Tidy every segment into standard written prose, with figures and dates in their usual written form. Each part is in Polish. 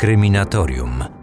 Kryminatorium.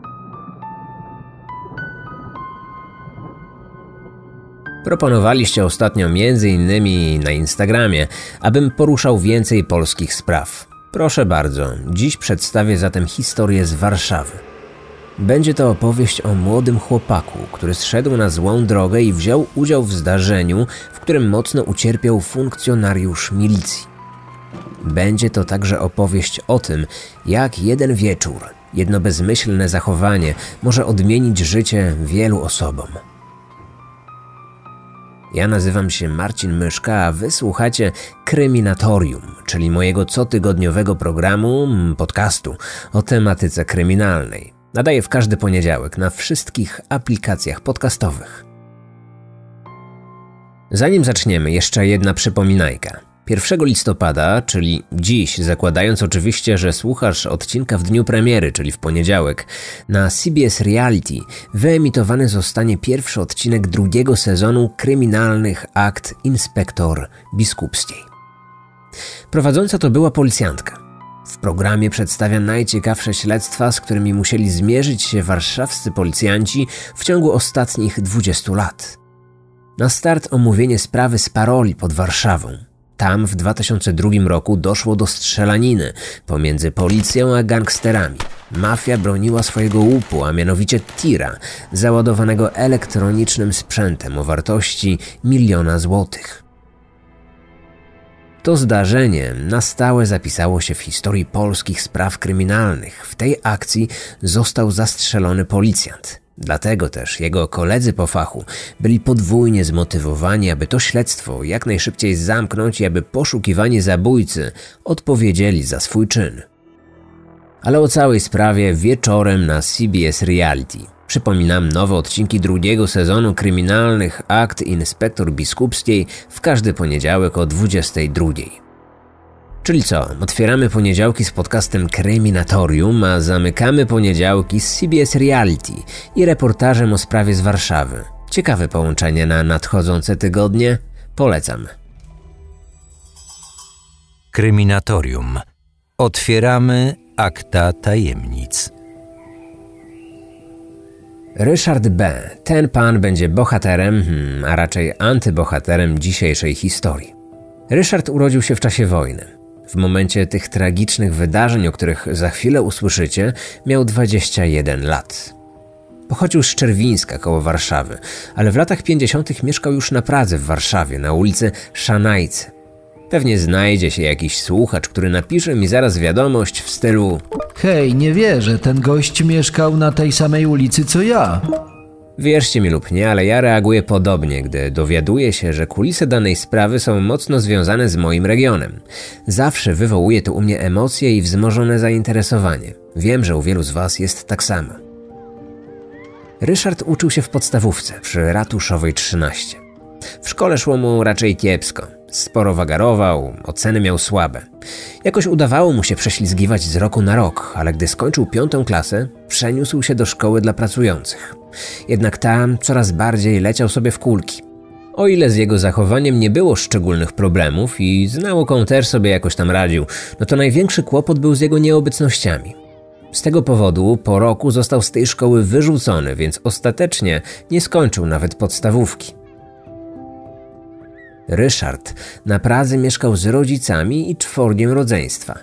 Proponowaliście ostatnio m.in. na Instagramie, abym poruszał więcej polskich spraw. Proszę bardzo, dziś przedstawię zatem historię z Warszawy. Będzie to opowieść o młodym chłopaku, który zszedł na złą drogę i wziął udział w zdarzeniu, w którym mocno ucierpiał funkcjonariusz milicji. Będzie to także opowieść o tym, jak jeden wieczór, jedno bezmyślne zachowanie może odmienić życie wielu osobom. Ja nazywam się Marcin Myszka, a wy słuchacie Kryminatorium, czyli mojego cotygodniowego programu, podcastu o tematyce kryminalnej. Nadaję w każdy poniedziałek na wszystkich aplikacjach podcastowych. Zanim zaczniemy, jeszcze jedna przypominajka. 1 listopada, czyli dziś, zakładając oczywiście, że słuchasz odcinka w dniu premiery, czyli w poniedziałek, na CBS Reality wyemitowany zostanie pierwszy odcinek drugiego sezonu kryminalnych akt Inspektor Biskupskiej. Prowadząca to była policjantka. W programie przedstawia najciekawsze śledztwa, z którymi musieli zmierzyć się warszawscy policjanci w ciągu ostatnich 20 lat. Na start omówienie sprawy z Paroli pod Warszawą. Tam w 2002 roku doszło do strzelaniny pomiędzy policją a gangsterami. Mafia broniła swojego łupu, a mianowicie tira, załadowanego elektronicznym sprzętem o wartości 1 000 000 złotych. To zdarzenie na stałe zapisało się w historii polskich spraw kryminalnych. W tej akcji został zastrzelony policjant. Dlatego też jego koledzy po fachu byli podwójnie zmotywowani, aby to śledztwo jak najszybciej zamknąć i aby poszukiwani zabójcy odpowiedzieli za swój czyn. Ale o całej sprawie wieczorem na CBS Reality. Przypominam, nowe odcinki drugiego sezonu kryminalnych akt Inspektor Biskupskiej w każdy poniedziałek o 22:00. Czyli co, otwieramy poniedziałki z podcastem Kryminatorium, a zamykamy poniedziałki z CBS Reality i reportażem o sprawie z Warszawy. Ciekawe połączenie na nadchodzące tygodnie? Polecam. Kryminatorium. Otwieramy akta tajemnic. Ryszard B. Ten pan będzie bohaterem, a raczej antybohaterem dzisiejszej historii. Ryszard urodził się w czasie wojny. W momencie tych tragicznych wydarzeń, o których za chwilę usłyszycie, miał 21 lat. Pochodził z Czerwińska koło Warszawy, ale w latach 50. mieszkał już na Pradze w Warszawie, na ulicy Szanajce. Pewnie znajdzie się jakiś słuchacz, który napisze mi zaraz wiadomość w stylu: hej, nie wierzę, ten gość mieszkał na tej samej ulicy co ja. Wierzcie mi lub nie, ale ja reaguję podobnie, gdy dowiaduję się, że kulisy danej sprawy są mocno związane z moim regionem. Zawsze wywołuje to u mnie emocje i wzmożone zainteresowanie. Wiem, że u wielu z was jest tak samo. Ryszard uczył się w podstawówce przy Ratuszowej 13. W szkole szło mu raczej kiepsko. Sporo wagarował, oceny miał słabe. Jakoś udawało mu się prześlizgiwać z roku na rok, ale gdy skończył 5. klasę, przeniósł się do szkoły dla pracujących. Jednak tam coraz bardziej leciał sobie w kulki. O ile z jego zachowaniem nie było szczególnych problemów i z nauką też sobie jakoś tam radził, no to największy kłopot był z jego nieobecnościami. Z tego powodu po roku został z tej szkoły wyrzucony, więc ostatecznie nie skończył nawet podstawówki. Ryszard na Pradze mieszkał z rodzicami i 4 rodzeństwa.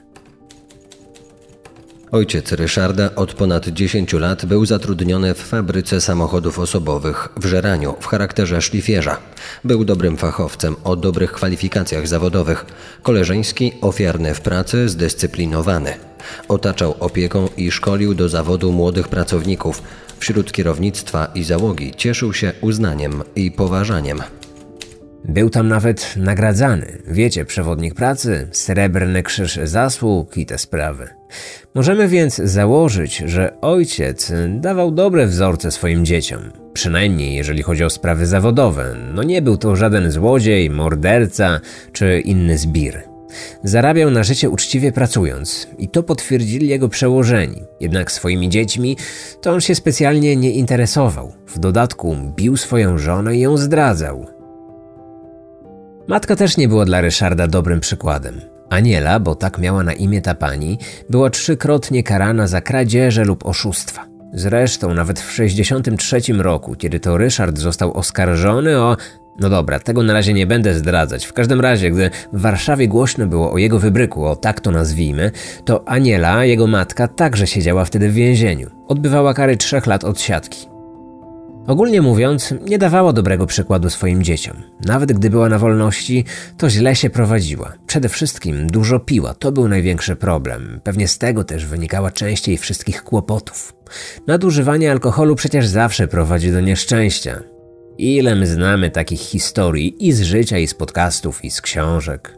Ojciec Ryszarda od ponad 10 lat był zatrudniony w fabryce samochodów osobowych w Żeraniu w charakterze szlifierza. Był dobrym fachowcem o dobrych kwalifikacjach zawodowych. Koleżeński, ofiarny w pracy, zdyscyplinowany. Otaczał opieką i szkolił do zawodu młodych pracowników. Wśród kierownictwa i załogi cieszył się uznaniem i poważaniem. Był tam nawet nagradzany. Wiecie, przewodnik pracy, Srebrny Krzyż Zasług i te sprawy. Możemy więc założyć, że ojciec dawał dobre wzorce swoim dzieciom. Przynajmniej jeżeli chodzi o sprawy zawodowe. No nie był to żaden złodziej, morderca czy inny zbir. Zarabiał na życie uczciwie pracując i to potwierdzili jego przełożeni. Jednak swoimi dziećmi to on się specjalnie nie interesował. W dodatku bił swoją żonę i ją zdradzał. Matka też nie była dla Ryszarda dobrym przykładem. Aniela, bo tak miała na imię ta pani, była 3-krotnie karana za kradzieże lub oszustwa. Zresztą nawet w 1963 roku, kiedy to Ryszard został oskarżony o... No dobra, tego na razie nie będę zdradzać. W każdym razie, gdy w Warszawie głośno było o jego wybryku, o tak to nazwijmy, to Aniela, jego matka, także siedziała wtedy w więzieniu. Odbywała kary 3 lat odsiadki. Ogólnie mówiąc, nie dawała dobrego przykładu swoim dzieciom. Nawet gdy była na wolności, to źle się prowadziła. Przede wszystkim dużo piła, to był największy problem. Pewnie z tego też wynikała część jej wszystkich kłopotów. Nadużywanie alkoholu przecież zawsze prowadzi do nieszczęścia. Ile my znamy takich historii i z życia, i z podcastów, i z książek.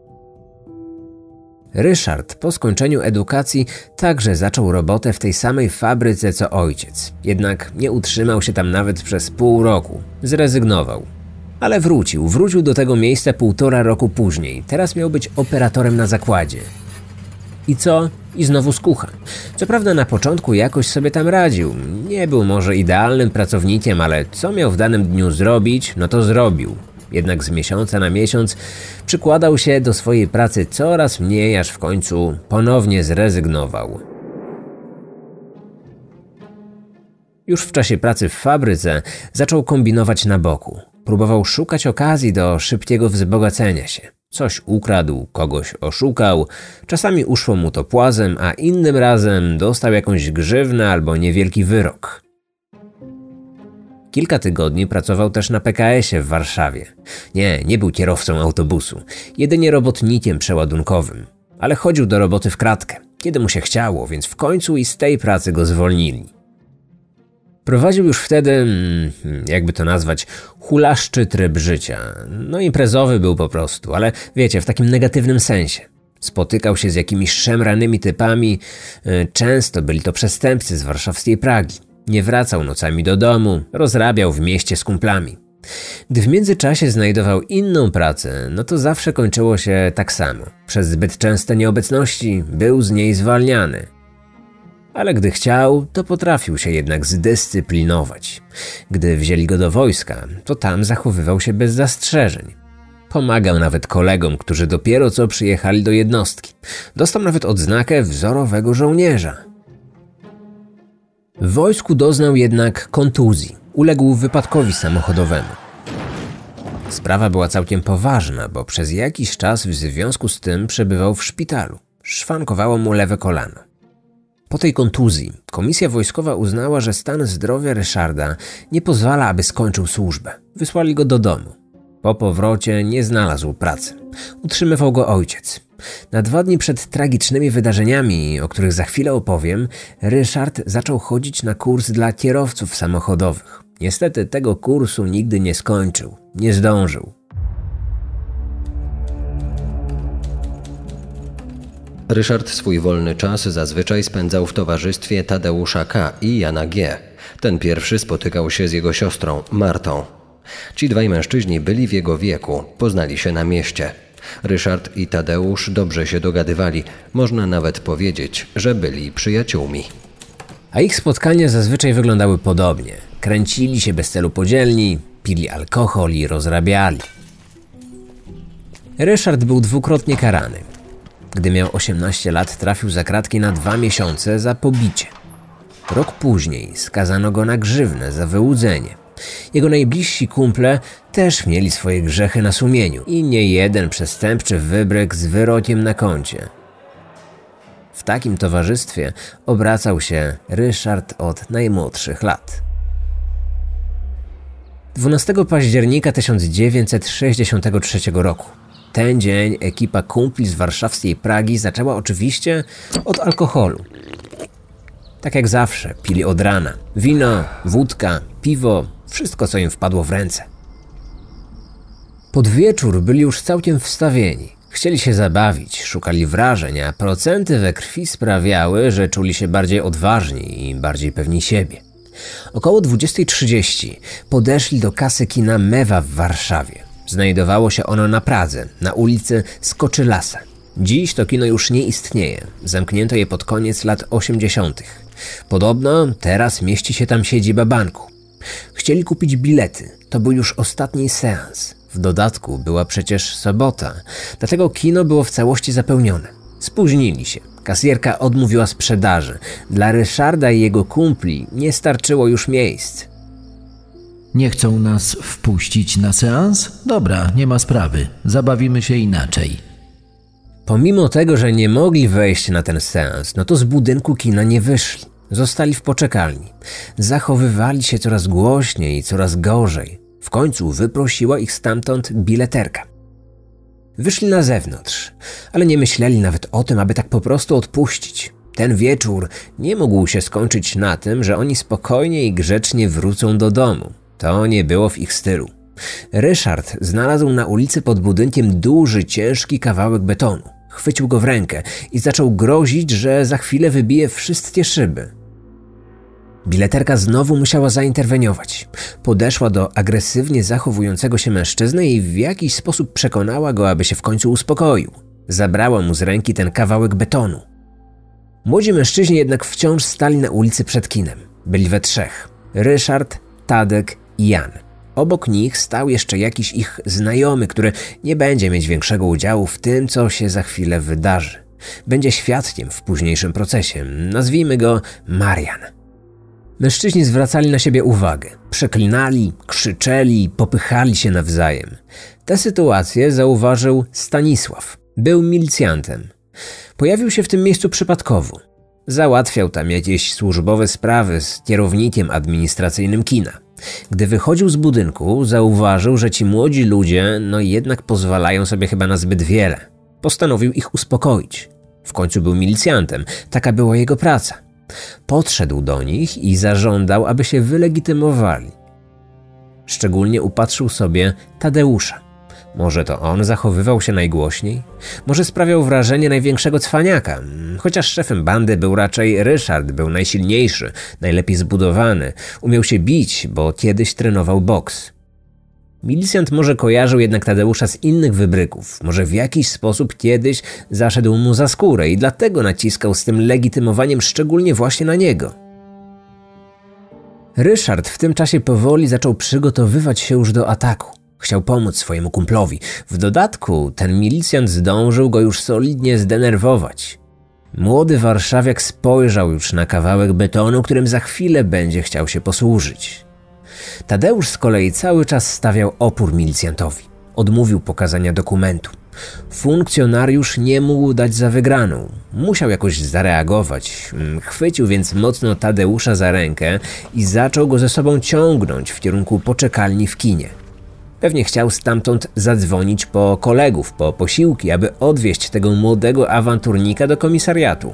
Ryszard po skończeniu edukacji także zaczął robotę w tej samej fabryce co ojciec. Jednak nie utrzymał się tam nawet przez pół roku. Zrezygnował. Ale wrócił do tego miejsca 1,5 roku później. Teraz miał być operatorem na zakładzie. I co? I znowu skucha. Co prawda na początku jakoś sobie tam radził. Nie był może idealnym pracownikiem, ale co miał w danym dniu zrobić, no to zrobił. Jednak z miesiąca na miesiąc przykładał się do swojej pracy coraz mniej, aż w końcu ponownie zrezygnował. Już w czasie pracy w fabryce zaczął kombinować na boku. Próbował szukać okazji do szybkiego wzbogacenia się. Coś ukradł, kogoś oszukał, czasami uszło mu to płazem, a innym razem dostał jakąś grzywnę albo niewielki wyrok. Kilka tygodni pracował też na PKS-ie w Warszawie. Nie był kierowcą autobusu, jedynie robotnikiem przeładunkowym. Ale chodził do roboty w kratkę, kiedy mu się chciało, więc w końcu i z tej pracy go zwolnili. Prowadził już wtedy, jakby to nazwać, hulaszczy tryb życia. No imprezowy był po prostu, ale wiecie, w takim negatywnym sensie. Spotykał się z jakimiś szemranymi typami, często byli to przestępcy z warszawskiej Pragi. Nie wracał nocami do domu, rozrabiał w mieście z kumplami. Gdy w międzyczasie znajdował inną pracę, no to zawsze kończyło się tak samo. Przez zbyt częste nieobecności był z niej zwalniany. Ale gdy chciał, to potrafił się jednak zdyscyplinować. Gdy wzięli go do wojska, to tam zachowywał się bez zastrzeżeń. Pomagał nawet kolegom, którzy dopiero co przyjechali do jednostki. Dostał nawet odznakę wzorowego żołnierza. W wojsku doznał jednak kontuzji. Uległ wypadkowi samochodowemu. Sprawa była całkiem poważna, bo przez jakiś czas w związku z tym przebywał w szpitalu. Szwankowało mu lewe kolano. Po tej kontuzji komisja wojskowa uznała, że stan zdrowia Ryszarda nie pozwala, aby skończył służbę. Wysłali go do domu. Po powrocie nie znalazł pracy. Utrzymywał go ojciec. Na 2 dni przed tragicznymi wydarzeniami, o których za chwilę opowiem, Ryszard zaczął chodzić na kurs dla kierowców samochodowych. Niestety tego kursu nigdy nie skończył. Nie zdążył. Ryszard swój wolny czas zazwyczaj spędzał w towarzystwie Tadeusza K. i Jana G. Ten pierwszy spotykał się z jego siostrą, Martą. Ci 2 mężczyźni byli w jego wieku, poznali się na mieście. Ryszard i Tadeusz dobrze się dogadywali, można nawet powiedzieć, że byli przyjaciółmi. A ich spotkania zazwyczaj wyglądały podobnie. Kręcili się bez celu podzielni, pili alkohol i rozrabiali. Ryszard był 2-krotnie karany. Gdy miał 18 lat, trafił za kratki na 2 miesiące za pobicie. Rok później skazano go na grzywnę za wyłudzenie. Jego najbliżsi kumple też mieli swoje grzechy na sumieniu i nie jeden przestępczy wybryk z wyrokiem na koncie. W takim towarzystwie obracał się Ryszard od najmłodszych lat. 12 października 1963 roku. Ten dzień ekipa kumpli z warszawskiej Pragi zaczęła oczywiście od alkoholu. Tak jak zawsze, pili od rana. Wino, wódka, piwo, wszystko co im wpadło w ręce. Pod wieczór byli już całkiem wstawieni. Chcieli się zabawić, szukali wrażeń, a procenty we krwi sprawiały, że czuli się bardziej odważni i bardziej pewni siebie. Około 20:30 podeszli do kasy kina Mewa w Warszawie. Znajdowało się ono na Pradze, na ulicy Skoczylasa. Dziś to kino już nie istnieje. Zamknięto je pod koniec lat 80. Podobno teraz mieści się tam siedziba banku. Chcieli kupić bilety. To był już ostatni seans. W dodatku była przecież sobota, dlatego kino było w całości zapełnione. Spóźnili się. Kasjerka odmówiła sprzedaży. Dla Ryszarda i jego kumpli nie starczyło już miejsc. Nie chcą nas wpuścić na seans? Dobra, nie ma sprawy. Zabawimy się inaczej. Pomimo tego, że nie mogli wejść na ten seans, to z budynku kina nie wyszli. Zostali w poczekalni. Zachowywali się coraz głośniej i coraz gorzej. W końcu wyprosiła ich stamtąd bileterka. Wyszli na zewnątrz, ale nie myśleli nawet o tym, aby tak po prostu odpuścić. Ten wieczór nie mógł się skończyć na tym, że oni spokojnie i grzecznie wrócą do domu. To nie było w ich stylu. Ryszard znalazł na ulicy pod budynkiem duży, ciężki kawałek betonu. Chwycił go w rękę i zaczął grozić, że za chwilę wybije wszystkie szyby. Bileterka znowu musiała zainterweniować. Podeszła do agresywnie zachowującego się mężczyzny i w jakiś sposób przekonała go, aby się w końcu uspokoił. Zabrała mu z ręki ten kawałek betonu. Młodzi mężczyźni jednak wciąż stali na ulicy przed kinem. Byli we trzech. Ryszard, Tadek i Jan. Obok nich stał jeszcze jakiś ich znajomy, który nie będzie mieć większego udziału w tym, co się za chwilę wydarzy. Będzie świadkiem w późniejszym procesie. Nazwijmy go Marian. Mężczyźni zwracali na siebie uwagę. Przeklinali, krzyczeli, popychali się nawzajem. Tę sytuację zauważył Stanisław. Był milicjantem. Pojawił się w tym miejscu przypadkowo. Załatwiał tam jakieś służbowe sprawy z kierownikiem administracyjnym kina. Gdy wychodził z budynku, zauważył, że ci młodzi ludzie jednak pozwalają sobie chyba na zbyt wiele. Postanowił ich uspokoić. W końcu był milicjantem, taka była jego praca. Podszedł do nich i zażądał, aby się wylegitymowali. Szczególnie upatrzył sobie Tadeusza. Może to on zachowywał się najgłośniej? Może sprawiał wrażenie największego cwaniaka? Chociaż szefem bandy był raczej Ryszard, był najsilniejszy, najlepiej zbudowany. Umiał się bić, bo kiedyś trenował boks. Milicjant może kojarzył jednak Tadeusza z innych wybryków. Może w jakiś sposób kiedyś zaszedł mu za skórę i dlatego naciskał z tym legitymowaniem szczególnie właśnie na niego. Ryszard w tym czasie powoli zaczął przygotowywać się już do ataku. Chciał pomóc swojemu kumplowi. W dodatku ten milicjant zdążył go już solidnie zdenerwować. Młody warszawiak spojrzał już na kawałek betonu, którym za chwilę będzie chciał się posłużyć. Tadeusz z kolei cały czas stawiał opór milicjantowi. Odmówił pokazania dokumentu. Funkcjonariusz nie mógł dać za wygraną. Musiał jakoś zareagować. Chwycił więc mocno Tadeusza za rękę i zaczął go ze sobą ciągnąć w kierunku poczekalni w kinie. Pewnie chciał stamtąd zadzwonić po kolegów, po posiłki, aby odwieźć tego młodego awanturnika do komisariatu.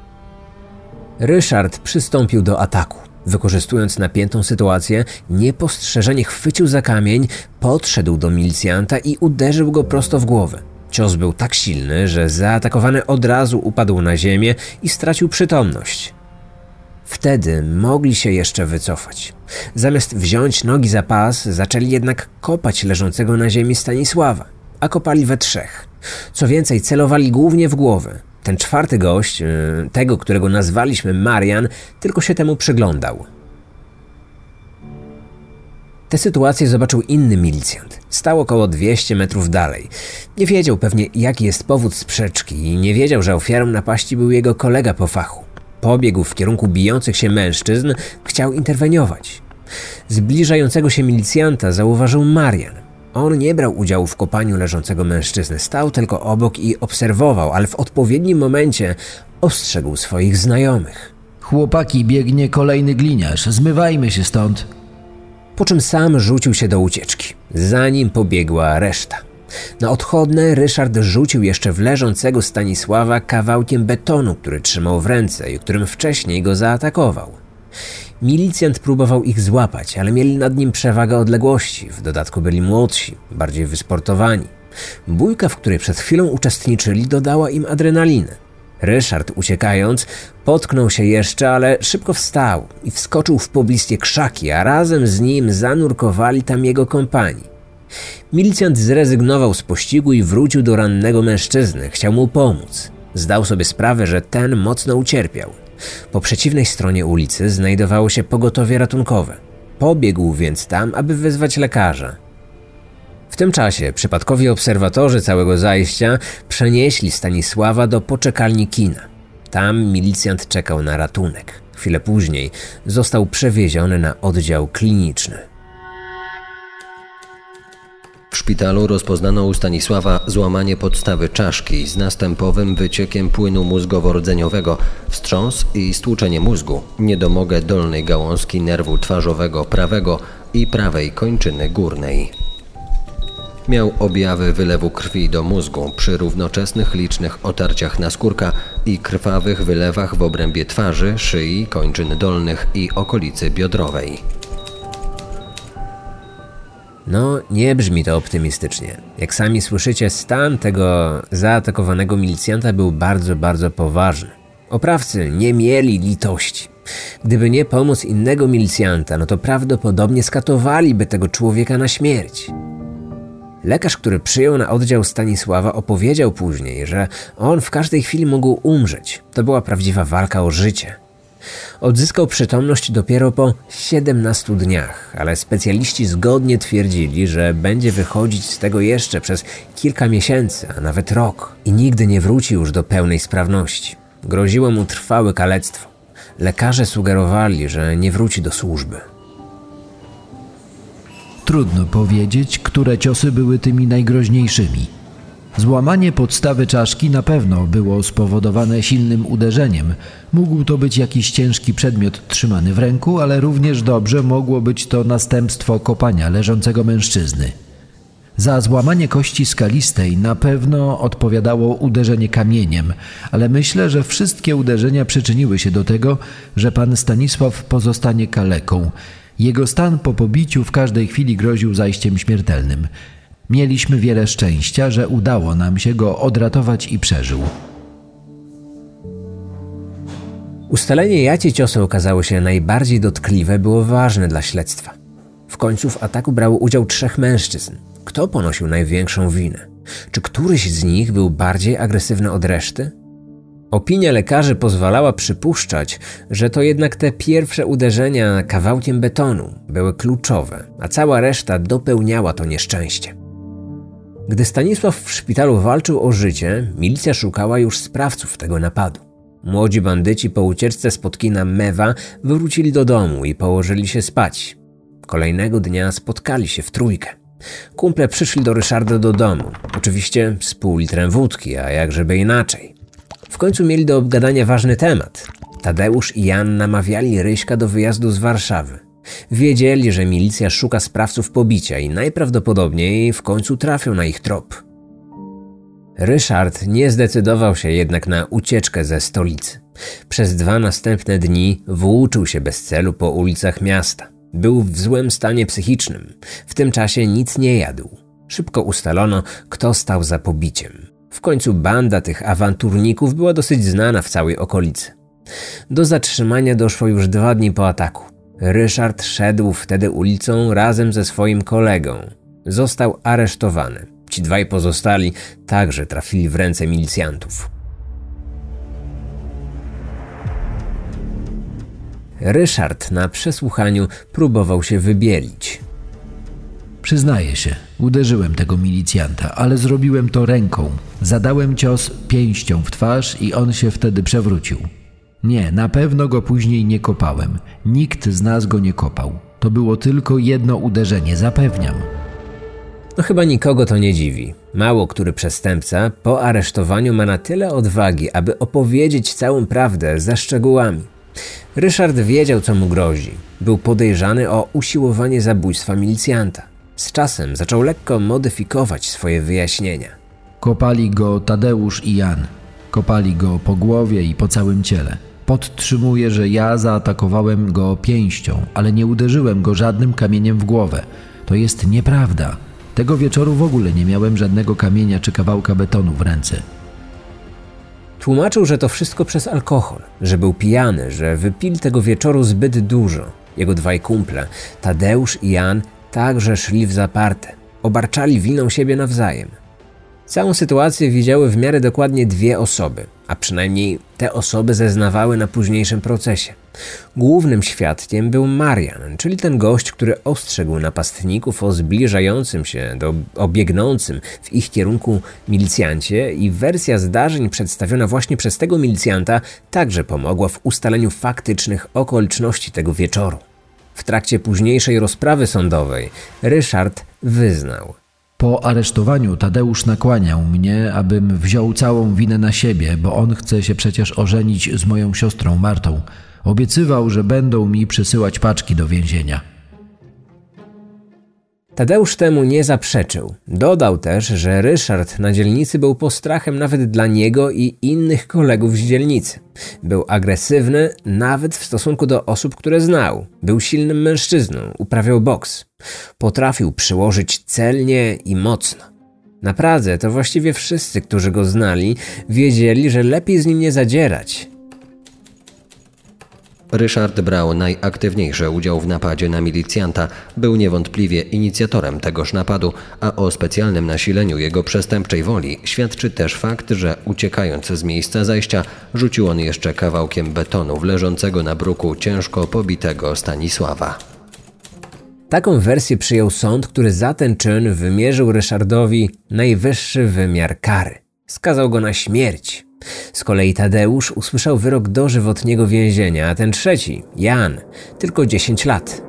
Ryszard przystąpił do ataku. Wykorzystując napiętą sytuację, niepostrzeżenie chwycił za kamień, podszedł do milicjanta i uderzył go prosto w głowę. Cios był tak silny, że zaatakowany od razu upadł na ziemię i stracił przytomność. Wtedy mogli się jeszcze wycofać. Zamiast wziąć nogi za pas, zaczęli jednak kopać leżącego na ziemi Stanisława, a kopali we trzech. Co więcej, celowali głównie w głowę. Ten czwarty gość, tego, którego nazwaliśmy Marian, tylko się temu przyglądał. Tę sytuację zobaczył inny milicjant. Stał około 200 metrów dalej. Nie wiedział pewnie, jaki jest powód sprzeczki i nie wiedział, że ofiarą napaści był jego kolega po fachu. Pobiegł w kierunku bijących się mężczyzn, chciał interweniować. Zbliżającego się milicjanta zauważył Marian. On nie brał udziału w kopaniu leżącego mężczyzny, stał tylko obok i obserwował, ale w odpowiednim momencie ostrzegł swoich znajomych. Chłopaki, biegnie kolejny gliniarz, zmywajmy się stąd. Po czym sam rzucił się do ucieczki. Za nim pobiegła reszta. Na odchodne Ryszard rzucił jeszcze w leżącego Stanisława kawałkiem betonu, który trzymał w ręce i którym wcześniej go zaatakował. Milicjant próbował ich złapać, ale mieli nad nim przewagę odległości. W dodatku byli młodsi, bardziej wysportowani. Bójka, w której przed chwilą uczestniczyli, dodała im adrenaliny. Ryszard, uciekając, potknął się jeszcze, ale szybko wstał i wskoczył w pobliskie krzaki, a razem z nim zanurkowali tam jego kompanii. Milicjant zrezygnował z pościgu i wrócił do rannego mężczyzny. Chciał mu pomóc. Zdał sobie sprawę, że ten mocno ucierpiał. Po przeciwnej stronie ulicy znajdowało się pogotowie ratunkowe. Pobiegł więc tam, aby wezwać lekarza. W tym czasie przypadkowi obserwatorzy całego zajścia przenieśli Stanisława do poczekalni kina. Tam milicjant czekał na ratunek. Chwilę później został przewieziony na oddział kliniczny. W szpitalu rozpoznano u Stanisława złamanie podstawy czaszki z następowym wyciekiem płynu mózgowo-rdzeniowego, wstrząs i stłuczenie mózgu, niedomogę dolnej gałązki nerwu twarzowego prawego i prawej kończyny górnej. Miał objawy wylewu krwi do mózgu przy równoczesnych licznych otarciach naskórka i krwawych wylewach w obrębie twarzy, szyi, kończyn dolnych i okolicy biodrowej. No, nie brzmi to optymistycznie. Jak sami słyszycie, stan tego zaatakowanego milicjanta był bardzo, bardzo poważny. Oprawcy nie mieli litości. Gdyby nie pomoc innego milicjanta, no to prawdopodobnie skatowaliby tego człowieka na śmierć. Lekarz, który przyjął na oddział Stanisława, opowiedział później, że on w każdej chwili mógł umrzeć. To była prawdziwa walka o życie. Odzyskał przytomność dopiero po 17 dniach, ale specjaliści zgodnie twierdzili, że będzie wychodzić z tego jeszcze przez kilka miesięcy, a nawet rok i nigdy nie wróci już do pełnej sprawności. Groziło mu trwałe kalectwo. Lekarze sugerowali, że nie wróci do służby. Trudno powiedzieć, które ciosy były tymi najgroźniejszymi. Złamanie podstawy czaszki na pewno było spowodowane silnym uderzeniem. Mógł to być jakiś ciężki przedmiot trzymany w ręku, ale równie dobrze mogło być to następstwo kopania leżącego mężczyzny. Za złamanie kości skalistej na pewno odpowiadało uderzenie kamieniem, ale myślę, że wszystkie uderzenia przyczyniły się do tego, że pan Stanisław pozostanie kaleką. Jego stan po pobiciu w każdej chwili groził zajściem śmiertelnym. Mieliśmy wiele szczęścia, że udało nam się go odratować i przeżył. Ustalenie, jakie ciosy okazały się najbardziej dotkliwe, było ważne dla śledztwa. W końcu w ataku brało udział 3 mężczyzn. Kto ponosił największą winę? Czy któryś z nich był bardziej agresywny od reszty? Opinia lekarzy pozwalała przypuszczać, że to jednak te pierwsze uderzenia kawałkiem betonu były kluczowe, a cała reszta dopełniała to nieszczęście. Gdy Stanisław w szpitalu walczył o życie, milicja szukała już sprawców tego napadu. Młodzi bandyci po ucieczce spod kina Mewa wrócili do domu i położyli się spać. Kolejnego dnia spotkali się w trójkę. Kumple przyszli do Ryszarda do domu. Oczywiście z pół litrem wódki, a jakżeby inaczej. W końcu mieli do obgadania ważny temat. Tadeusz i Jan namawiali Ryśka do wyjazdu z Warszawy. Wiedzieli, że milicja szuka sprawców pobicia i najprawdopodobniej w końcu trafią na ich trop. Ryszard nie zdecydował się jednak na ucieczkę ze stolicy. Przez 2 następne dni włóczył się bez celu po ulicach miasta. Był w złym stanie psychicznym. W tym czasie nic nie jadł. Szybko ustalono, kto stał za pobiciem. W końcu banda tych awanturników była dosyć znana w całej okolicy. Do zatrzymania doszło już 2 dni po ataku. Ryszard szedł wtedy ulicą razem ze swoim kolegą. Został aresztowany. Ci 2 pozostali także trafili w ręce milicjantów. Ryszard na przesłuchaniu próbował się wybielić. Przyznaję się, uderzyłem tego milicjanta, ale zrobiłem to ręką. Zadałem cios pięścią w twarz i on się wtedy przewrócił. Nie, na pewno go później nie kopałem. Nikt z nas go nie kopał. To było tylko jedno uderzenie, zapewniam. No chyba nikogo to nie dziwi. Mało który przestępca po aresztowaniu ma na tyle odwagi, aby opowiedzieć całą prawdę ze szczegółami. Ryszard wiedział, co mu grozi. Był podejrzany o usiłowanie zabójstwa milicjanta. Z czasem zaczął lekko modyfikować swoje wyjaśnienia. Kopali go Tadeusz i Jan. Kopali go po głowie i po całym ciele. Podtrzymuję, że ja zaatakowałem go pięścią, ale nie uderzyłem go żadnym kamieniem w głowę. To jest nieprawda. Tego wieczoru w ogóle nie miałem żadnego kamienia czy kawałka betonu w ręce. Tłumaczył, że to wszystko przez alkohol, że był pijany, że wypili tego wieczoru zbyt dużo. Jego 2 kumple, Tadeusz i Jan, także szli w zaparte. Obarczali winą siebie nawzajem. Całą sytuację widziały w miarę dokładnie 2 osoby. a przynajmniej te osoby zeznawały na późniejszym procesie. Głównym świadkiem był Marian, czyli ten gość, który ostrzegł napastników o zbliżającym się o biegnącym w ich kierunku milicjancie, i wersja zdarzeń przedstawiona właśnie przez tego milicjanta także pomogła w ustaleniu faktycznych okoliczności tego wieczoru. W trakcie późniejszej rozprawy sądowej Ryszard wyznał: Po aresztowaniu Tadeusz nakłaniał mnie, abym wziął całą winę na siebie, bo on chce się przecież ożenić z moją siostrą Martą. Obiecywał, że będą mi przysyłać paczki do więzienia. Tadeusz temu nie zaprzeczył. Dodał też, że Ryszard na dzielnicy był postrachem nawet dla niego i innych kolegów z dzielnicy. Był agresywny nawet w stosunku do osób, które znał. Był silnym mężczyzną, uprawiał boks. Potrafił przyłożyć celnie i mocno. Na Pradze to właściwie wszyscy, którzy go znali, wiedzieli, że lepiej z nim nie zadzierać. Ryszard brał najaktywniejszy udział w napadzie na milicjanta, był niewątpliwie inicjatorem tegoż napadu, a o specjalnym nasileniu jego przestępczej woli świadczy też fakt, że uciekając z miejsca zajścia rzucił on jeszcze kawałkiem betonu w leżącego na bruku ciężko pobitego Stanisława. Taką wersję przyjął sąd, który za ten czyn wymierzył Ryszardowi najwyższy wymiar kary. Skazał go na śmierć. Z kolei Tadeusz usłyszał wyrok dożywotniego więzienia, a ten trzeci, Jan, tylko 10 lat.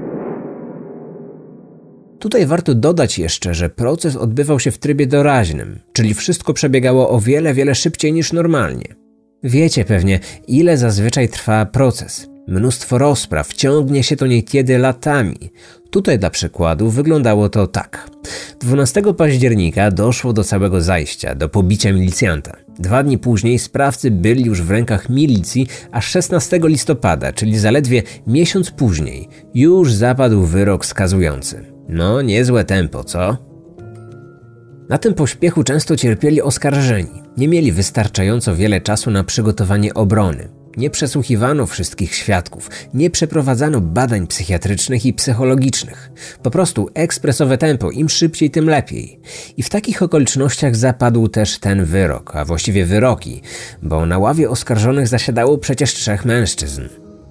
Tutaj warto dodać jeszcze, że proces odbywał się w trybie doraźnym, czyli wszystko przebiegało o wiele szybciej niż normalnie. Wiecie pewnie, ile zazwyczaj trwa proces. Mnóstwo rozpraw, ciągnie się to niekiedy latami. Tutaj dla przykładu wyglądało to tak. 12 października doszło do całego zajścia, do pobicia milicjanta. 2 dni później sprawcy byli już w rękach milicji, a 16 listopada, czyli zaledwie miesiąc później, już zapadł wyrok skazujący. No, niezłe tempo, co? Na tym pośpiechu często cierpieli oskarżeni. Nie mieli wystarczająco wiele czasu na przygotowanie obrony. Nie przesłuchiwano wszystkich świadków, nie przeprowadzano badań psychiatrycznych i psychologicznych. Po prostu ekspresowe tempo, im szybciej, tym lepiej. I w takich okolicznościach zapadł też ten wyrok, a właściwie wyroki, bo na ławie oskarżonych zasiadało przecież 3 mężczyzn.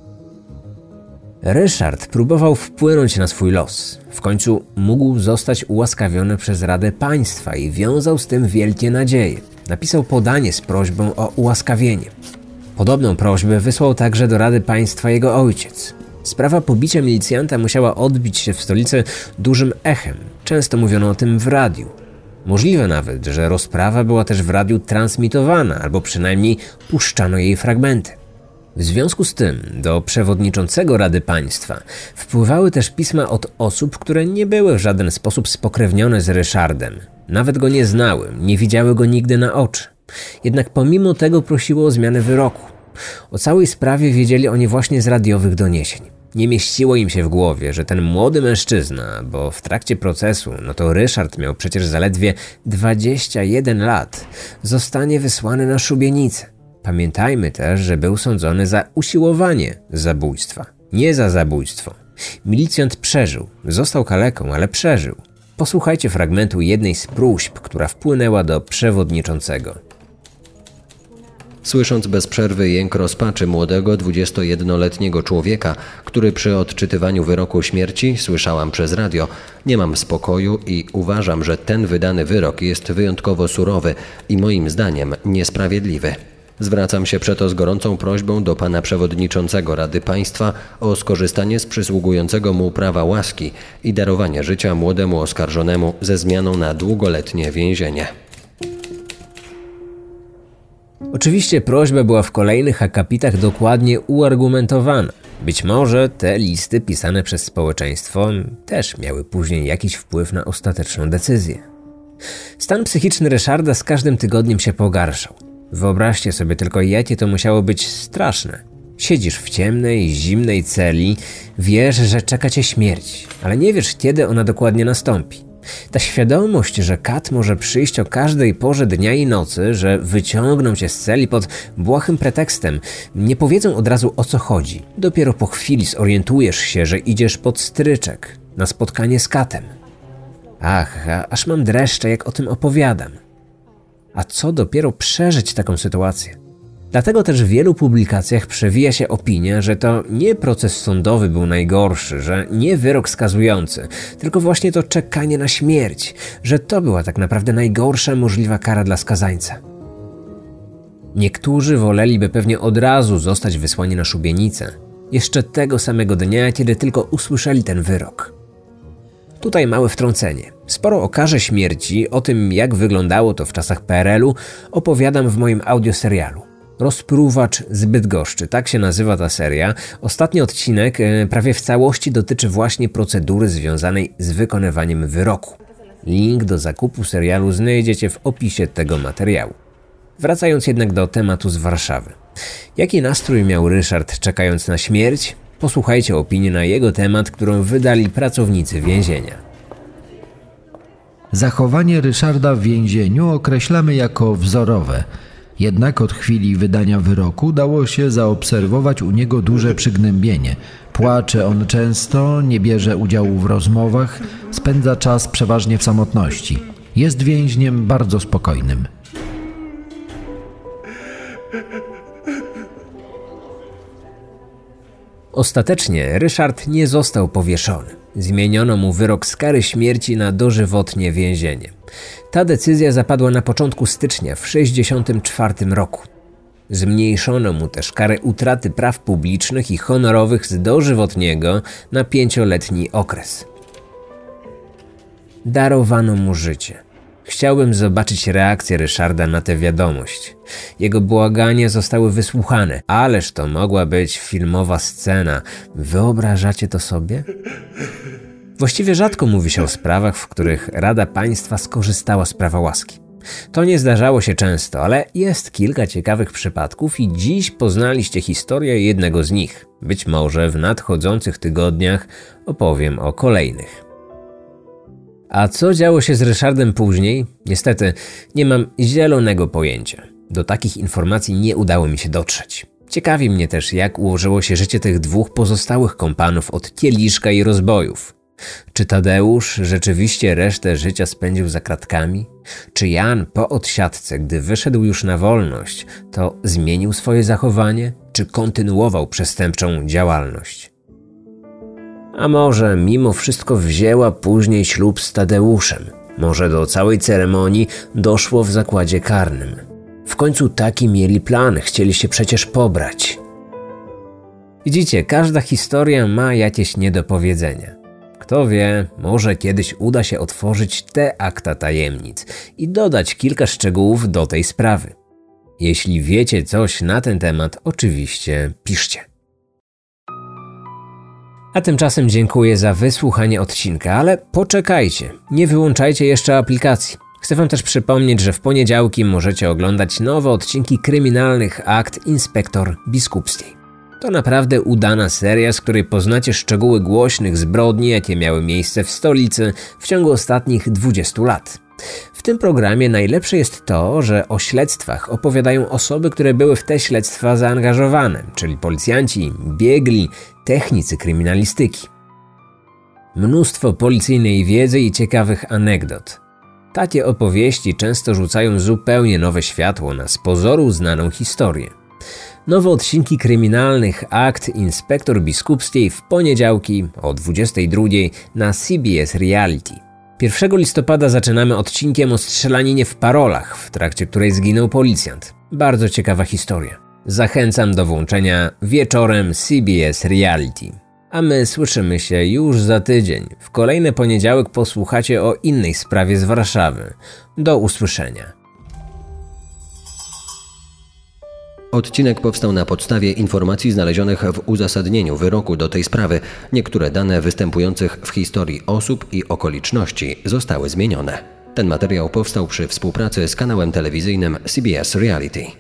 Ryszard próbował wpłynąć na swój los. W końcu mógł zostać ułaskawiony przez Radę Państwa i wiązał z tym wielkie nadzieje. Napisał podanie z prośbą o ułaskawienie. Podobną prośbę wysłał także do Rady Państwa jego ojciec. Sprawa pobicia milicjanta musiała odbić się w stolicy dużym echem. Często mówiono o tym w radiu. Możliwe nawet, że rozprawa była też w radiu transmitowana, albo przynajmniej puszczano jej fragmenty. W związku z tym do przewodniczącego Rady Państwa wpływały też pisma od osób, które nie były w żaden sposób spokrewnione z Ryszardem. Nawet go nie znały, nie widziały go nigdy na oczy. Jednak pomimo tego prosiło o zmianę wyroku. O całej sprawie wiedzieli oni właśnie z radiowych doniesień. Nie mieściło im się w głowie, że ten młody mężczyzna, bo w trakcie procesu, no to Ryszard miał przecież zaledwie 21 lat, zostanie wysłany na szubienicę. Pamiętajmy też, że był sądzony za usiłowanie zabójstwa, nie za zabójstwo. Milicjant przeżył, został kaleką, ale przeżył. Posłuchajcie fragmentu jednej z próśb, która wpłynęła do przewodniczącego. Słysząc bez przerwy jęk rozpaczy młodego 21-letniego człowieka, który przy odczytywaniu wyroku śmierci słyszałam przez radio, nie mam spokoju i uważam, że ten wydany wyrok jest wyjątkowo surowy i moim zdaniem niesprawiedliwy. Zwracam się przeto z gorącą prośbą do pana przewodniczącego Rady Państwa o skorzystanie z przysługującego mu prawa łaski i darowanie życia młodemu oskarżonemu ze zmianą na długoletnie więzienie. Oczywiście prośba była w kolejnych akapitach dokładnie uargumentowana. Być może te listy pisane przez społeczeństwo też miały później jakiś wpływ na ostateczną decyzję. Stan psychiczny Ryszarda z każdym tygodniem się pogarszał. Wyobraźcie sobie tylko, jakie to musiało być straszne. Siedzisz w ciemnej, zimnej celi, wiesz, że czeka cię śmierć, ale nie wiesz, kiedy ona dokładnie nastąpi. Ta świadomość, że kat może przyjść o każdej porze dnia i nocy, że wyciągną cię z celi pod błahym pretekstem, nie powiedzą od razu, o co chodzi. Dopiero po chwili zorientujesz się, że idziesz pod stryczek, na spotkanie z katem. Ach, aż mam dreszcze, jak o tym opowiadam. A co dopiero przeżyć taką sytuację? Dlatego też w wielu publikacjach przewija się opinia, że to nie proces sądowy był najgorszy, że nie wyrok skazujący, tylko właśnie to czekanie na śmierć, że to była tak naprawdę najgorsza możliwa kara dla skazańca. Niektórzy woleliby pewnie od razu zostać wysłani na szubienicę, jeszcze tego samego dnia, kiedy tylko usłyszeli ten wyrok. Tutaj małe wtrącenie. Sporo o karze śmierci, o tym jak wyglądało to w czasach PRL-u, opowiadam w moim audioserialu. Rozpruwacz z Bydgoszczy, tak się nazywa ta seria. Ostatni odcinek prawie w całości dotyczy właśnie procedury związanej z wykonywaniem wyroku. Link do zakupu serialu znajdziecie w opisie tego materiału. Wracając jednak do tematu z Warszawy. Jaki nastrój miał Ryszard czekając na śmierć? Posłuchajcie opinii na jego temat, którą wydali pracownicy więzienia. Zachowanie Ryszarda w więzieniu określamy jako wzorowe. Jednak od chwili wydania wyroku dało się zaobserwować u niego duże przygnębienie. Płacze on często, nie bierze udziału w rozmowach, spędza czas przeważnie w samotności. Jest więźniem bardzo spokojnym. Ostatecznie Ryszard nie został powieszony. Zmieniono mu wyrok z kary śmierci na dożywotnie więzienie. Ta decyzja zapadła na początku stycznia w 1964 roku. Zmniejszono mu też karę utraty praw publicznych i honorowych z dożywotniego na 5-letni okres. Darowano mu życie. Chciałbym zobaczyć reakcję Ryszarda na tę wiadomość. Jego błagania zostały wysłuchane, ależ to mogła być filmowa scena. Wyobrażacie to sobie? Właściwie rzadko mówi się o sprawach, w których Rada Państwa skorzystała z prawa łaski. To nie zdarzało się często, ale jest kilka ciekawych przypadków i dziś poznaliście historię jednego z nich. Być może w nadchodzących tygodniach opowiem o kolejnych. A co działo się z Ryszardem później? Niestety nie mam zielonego pojęcia. Do takich informacji nie udało mi się dotrzeć. Ciekawi mnie też, jak ułożyło się życie tych dwóch pozostałych kompanów od Kieliszka i rozbojów. Czy Tadeusz rzeczywiście resztę życia spędził za kratkami? Czy Jan po odsiadce, gdy wyszedł już na wolność, to zmienił swoje zachowanie? Czy kontynuował przestępczą działalność? A może mimo wszystko wzięła później ślub z Tadeuszem? Może do całej ceremonii doszło w zakładzie karnym? W końcu taki mieli plan, chcieli się przecież pobrać. Widzicie, każda historia ma jakieś niedopowiedzenia. Kto wie, może kiedyś uda się otworzyć te akta tajemnic i dodać kilka szczegółów do tej sprawy. Jeśli wiecie coś na ten temat, oczywiście piszcie. A tymczasem dziękuję za wysłuchanie odcinka, ale poczekajcie, nie wyłączajcie jeszcze aplikacji. Chcę wam też przypomnieć, że w poniedziałki możecie oglądać nowe odcinki kryminalnych akt Inspektor Biskupskiej. To naprawdę udana seria, z której poznacie szczegóły głośnych zbrodni, jakie miały miejsce w stolicy w ciągu ostatnich 20 lat. W tym programie najlepsze jest to, że o śledztwach opowiadają osoby, które były w te śledztwa zaangażowane, czyli policjanci, biegli, technicy kryminalistyki. Mnóstwo policyjnej wiedzy i ciekawych anegdot. Takie opowieści często rzucają zupełnie nowe światło na z pozoru znaną historię. Nowe odcinki kryminalnych akt Inspektor Biskupskiej w poniedziałki o 22:00 na CBS Reality. 1 listopada zaczynamy odcinkiem o strzelaninie w Parolach, w trakcie której zginął policjant. Bardzo ciekawa historia. Zachęcam do włączenia wieczorem CBS Reality. A my słyszymy się już za tydzień. W kolejny poniedziałek posłuchacie o innej sprawie z Warszawy. Do usłyszenia. Odcinek powstał na podstawie informacji znalezionych w uzasadnieniu wyroku do tej sprawy. Niektóre dane występujących w historii osób i okoliczności zostały zmienione. Ten materiał powstał przy współpracy z kanałem telewizyjnym CBS Reality.